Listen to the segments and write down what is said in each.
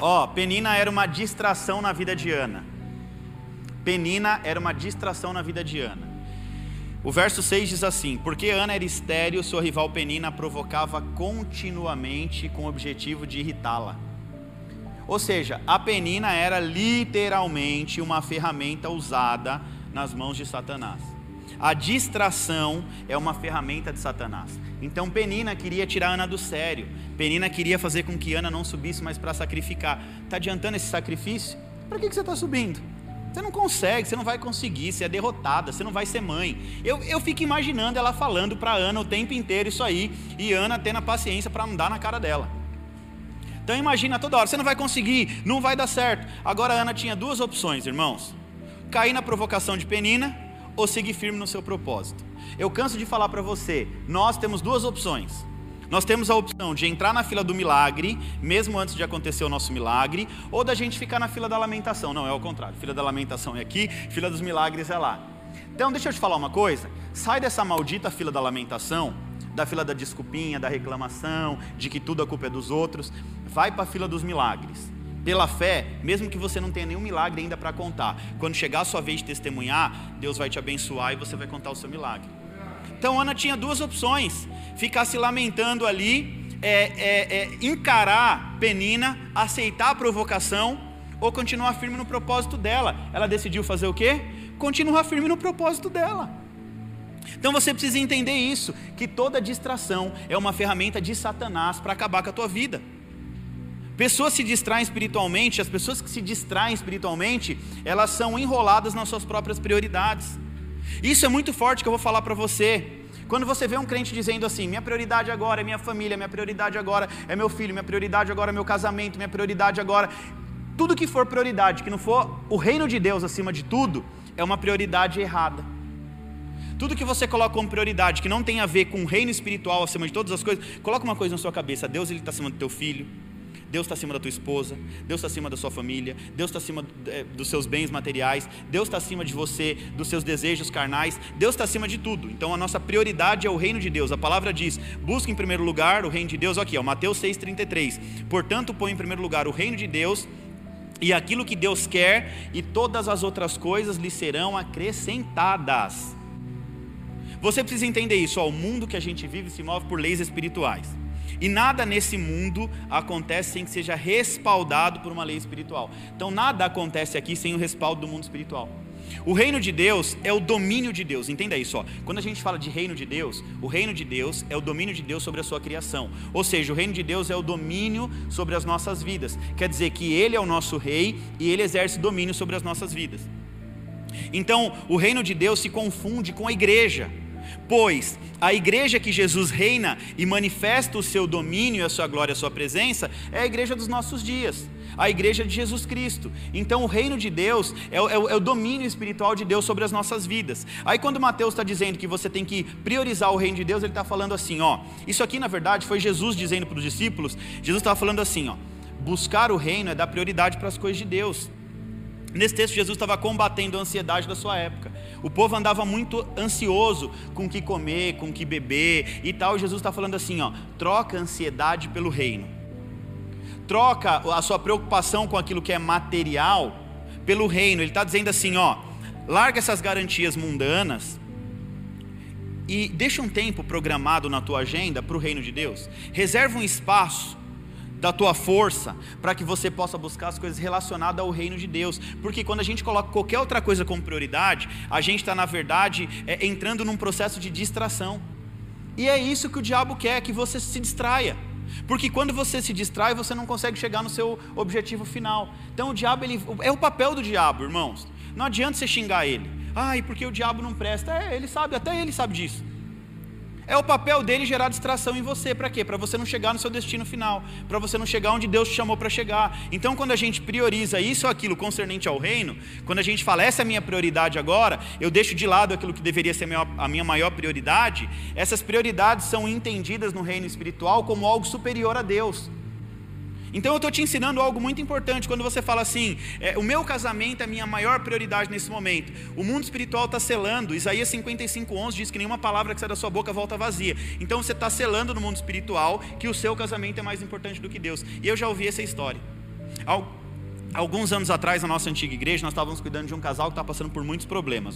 Ó, Penina era uma distração na vida de Ana. Penina era uma distração na vida de Ana. O verso 6 diz assim: porque Ana era estéril, sua rival Penina a provocava continuamente com o objetivo de irritá-la. Ou seja, a Penina era literalmente uma ferramenta usada nas mãos de Satanás. A distração é uma ferramenta de Satanás. Então Penina queria tirar Ana do sério. Penina queria fazer com que Ana não subisse mais para sacrificar. Está adiantando esse sacrifício? Para que você está subindo? Você não consegue, você não vai conseguir, você é derrotada, você não vai ser mãe. Eu fico imaginando ela falando para Ana o tempo inteiro isso aí, e Ana tendo a paciência para não dar na cara dela. Então imagina toda hora, você não vai conseguir, não vai dar certo. Agora a Ana tinha duas opções, irmãos: cair na provocação de Penina ou seguir firme no seu propósito. Eu canso de falar para você, nós temos duas opções. Nós temos a opção de entrar na fila do milagre, mesmo antes de acontecer o nosso milagre, ou da gente ficar na fila da lamentação. Não, é o contrário, fila da lamentação é aqui, fila dos milagres é lá. Então deixa eu te falar uma coisa, sai dessa maldita fila da lamentação, da fila da desculpinha, da reclamação, de que tudo a culpa é dos outros, vai para a fila dos milagres. Pela fé, mesmo que você não tenha nenhum milagre ainda para contar, quando chegar a sua vez de testemunhar, Deus vai te abençoar e você vai contar o seu milagre. Então Ana tinha duas opções: ficar se lamentando ali, encarar Penina, aceitar a provocação, ou continuar firme no propósito dela. Ela decidiu fazer o quê? Continuar firme no propósito dela. Então você precisa entender isso, que toda distração é uma ferramenta de Satanás para acabar com a tua vida. Pessoas se distraem espiritualmente, as pessoas que se distraem espiritualmente, elas são enroladas nas suas próprias prioridades. Isso é muito forte que eu vou falar para você. Quando você vê um crente dizendo assim: minha prioridade agora é minha família, minha prioridade agora é meu filho, minha prioridade agora é meu casamento, minha prioridade agora... Tudo que for prioridade, que não for o reino de Deus acima de tudo, é uma prioridade errada. Tudo que você coloca como prioridade, que não tem a ver com o reino espiritual acima de todas as coisas, coloca uma coisa na sua cabeça: Deus, Ele está acima do teu filho, Deus está acima da tua esposa, Deus está acima da sua família, Deus está acima dos seus bens materiais, Deus está acima de você, dos seus desejos carnais, Deus está acima de tudo. Então a nossa prioridade é o reino de Deus. A palavra diz: busca em primeiro lugar o reino de Deus. Aqui, ó, Mateus 6,33. Portanto, põe em primeiro lugar o reino de Deus e aquilo que Deus quer, e todas as outras coisas lhe serão acrescentadas. Você precisa entender isso, ó, o mundo que a gente vive se move por leis espirituais. E nada nesse mundo acontece sem que seja respaldado por uma lei espiritual. Então nada acontece aqui sem o respaldo do mundo espiritual. O reino de Deus é o domínio de Deus, entenda isso, ó. Quando a gente fala de reino de Deus, o reino de Deus é o domínio de Deus sobre a sua criação. Ou seja, o reino de Deus é o domínio sobre as nossas vidas. Quer dizer que Ele é o nosso rei e Ele exerce domínio sobre as nossas vidas. Então o reino de Deus se confunde com a igreja, pois a igreja que Jesus reina e manifesta o seu domínio, a sua glória, a sua presença, é a igreja dos nossos dias, a igreja de Jesus Cristo. Então o reino de Deus é o domínio espiritual de Deus sobre as nossas vidas. Aí quando Mateus está dizendo que você tem que priorizar o reino de Deus, ele está falando assim, ó, isso aqui na verdade foi Jesus dizendo para os discípulos. Jesus estava falando assim, ó, buscar o reino é dar prioridade para as coisas de Deus. Nesse texto Jesus estava combatendo a ansiedade da sua época. O povo andava muito ansioso com o que comer, com o que beber e tal. E Jesus está falando assim, ó, troca a ansiedade pelo reino. Troca a sua preocupação com aquilo que é material pelo reino. Ele está dizendo assim, ó, larga essas garantias mundanas e deixa um tempo programado na tua agenda para o reino de Deus. Reserva um espaço da tua força, para que você possa buscar as coisas relacionadas ao reino de Deus. Porque quando a gente coloca qualquer outra coisa como prioridade, a gente está na verdade entrando num processo de distração. E é isso que o diabo quer, que você se distraia. Porque quando você se distrai, você não consegue chegar no seu objetivo final. Então o diabo, é o papel do diabo, irmãos. Não adianta você xingar ele. Ai, porque o diabo não presta. Ele sabe, até ele sabe disso. É o papel dele gerar distração em você. Para quê? Para você não chegar no seu destino final, para você não chegar onde Deus te chamou para chegar. Então quando a gente prioriza isso ou aquilo concernente ao reino, quando a gente fala, essa é a minha prioridade agora, eu deixo de lado aquilo que deveria ser a minha maior prioridade. Essas prioridades são entendidas no reino espiritual como algo superior a Deus. Então eu estou te ensinando algo muito importante. Quando você fala assim, o meu casamento é a minha maior prioridade nesse momento, o mundo espiritual está selando. Isaías 55:11 diz que nenhuma palavra que sai da sua boca volta vazia. Então você está selando no mundo espiritual que o seu casamento é mais importante do que Deus. E eu já ouvi essa história. Alguns anos atrás, na nossa antiga igreja, nós estávamos cuidando de um casal que está passando por muitos problemas.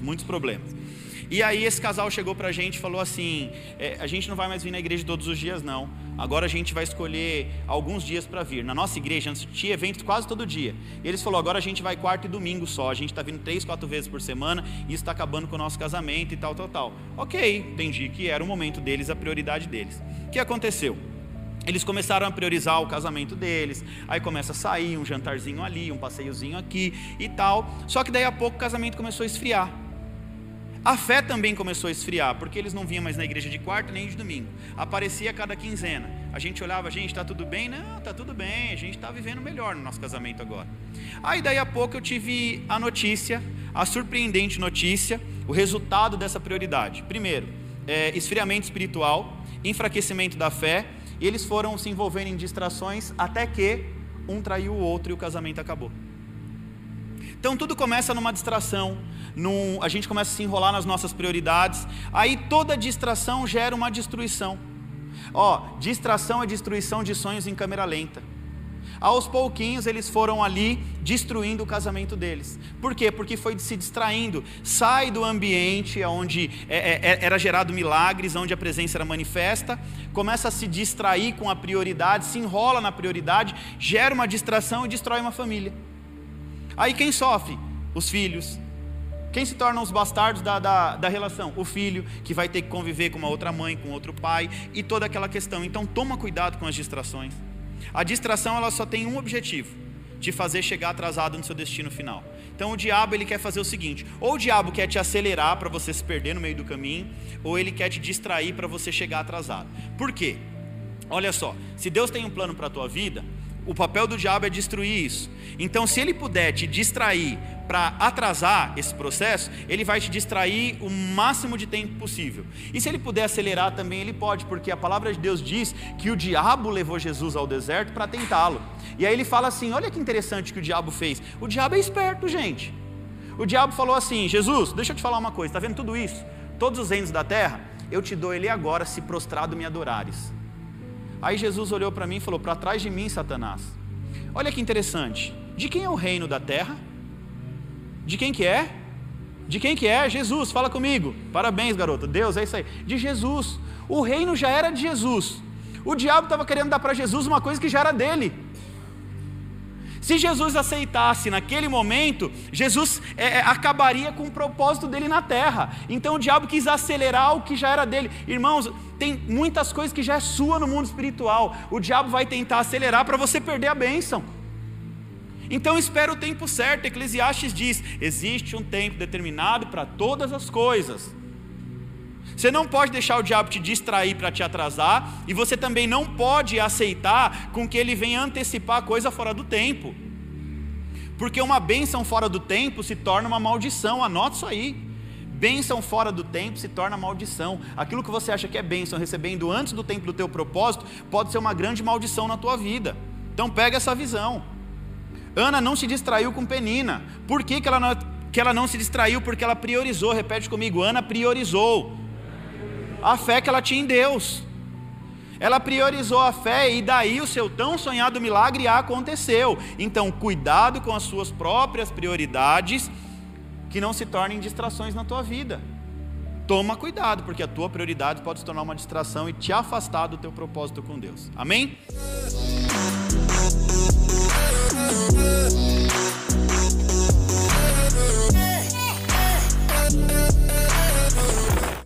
E aí esse casal chegou para a gente e falou assim, a gente não vai mais vir na igreja todos os dias não, agora a gente vai escolher alguns dias para vir. Na nossa igreja, antes tinha eventos quase todo dia. E eles falaram, agora a gente vai quarta e domingo só, a gente está vindo 3, 4 vezes por semana, e isso está acabando com o nosso casamento e tal. Ok, entendi que era o momento deles, a prioridade deles. O que aconteceu? Eles começaram a priorizar o casamento deles, aí começa a sair um jantarzinho ali, um passeiozinho aqui e tal. Só que daí a pouco o casamento começou a esfriar. A fé também começou a esfriar, porque eles não vinham mais na igreja de quarta nem de domingo. Aparecia a cada quinzena. A gente olhava, gente, está tudo bem? Não, está tudo bem, a gente está vivendo melhor no nosso casamento agora. Aí daí a pouco eu tive a notícia, a surpreendente notícia, o resultado dessa prioridade. Primeiro, esfriamento espiritual, enfraquecimento da fé, e eles foram se envolvendo em distrações até que um traiu o outro e o casamento acabou. Então tudo começa numa distração, a gente começa a se enrolar nas nossas prioridades, aí toda distração gera uma destruição. Distração é destruição de sonhos em câmera lenta. Aos pouquinhos eles foram ali destruindo o casamento deles. Por quê? Porque foi se distraindo. Sai do ambiente onde era gerado milagres, onde a presença era manifesta, começa a se distrair com a prioridade, se enrola na prioridade, gera uma distração e destrói uma família. Aí quem sofre? Os filhos. Quem se tornam os bastardos da relação? O filho, que vai ter que conviver com uma outra mãe, com outro pai, e toda aquela questão. Então toma cuidado com as distrações. A distração ela só tem um objetivo: te fazer chegar atrasado no seu destino final. Então o diabo ele quer fazer o seguinte: ou o diabo quer te acelerar para você se perder no meio do caminho, ou ele quer te distrair para você chegar atrasado. Por quê? Olha só, se Deus tem um plano para a tua vida, o papel do diabo é destruir isso. Então se ele puder te distrair para atrasar esse processo, ele vai te distrair o máximo de tempo possível. E se ele puder acelerar também, ele pode, porque a palavra de Deus diz que o diabo levou Jesus ao deserto para tentá-lo. E aí ele fala assim, olha que interessante que o diabo fez. O diabo é esperto, gente. O diabo falou assim, Jesus, deixa eu te falar uma coisa, está vendo tudo isso? Todos os reinos da terra, eu te dou ele agora, se prostrado me adorares. Aí Jesus olhou para mim e falou, para trás de mim, Satanás. Olha que interessante, de quem é o reino da terra? De quem que é? De quem que é? Jesus, fala comigo. Parabéns, garota, Deus, é isso aí. De Jesus. O reino já era de Jesus. O diabo estava querendo dar para Jesus uma coisa que já era dele. Se Jesus aceitasse naquele momento, Jesus acabaria com o propósito dele na terra. Então o diabo quis acelerar o que já era dele. Irmãos, tem muitas coisas que já é sua no mundo espiritual. O diabo vai tentar acelerar para você perder a bênção. Então espera o tempo certo. Eclesiastes diz, existe um tempo determinado para todas as coisas. Você não pode deixar o diabo te distrair para te atrasar, e você também não pode aceitar com que ele venha antecipar a coisa fora do tempo, porque uma bênção fora do tempo se torna uma maldição. Anota isso aí, bênção fora do tempo se torna maldição. Aquilo que você acha que é bênção recebendo antes do tempo do teu propósito, pode ser uma grande maldição na tua vida. Então pega essa visão. Ana não se distraiu com Penina. Por que ela não se distraiu? Porque ela priorizou. Repete comigo, Ana priorizou a fé que ela tinha em Deus. Ela priorizou a fé, e daí o seu tão sonhado milagre aconteceu. Então cuidado com as suas próprias prioridades, que não se tornem distrações na tua vida. Toma cuidado, porque a tua prioridade pode se tornar uma distração e te afastar do teu propósito com Deus. Amém?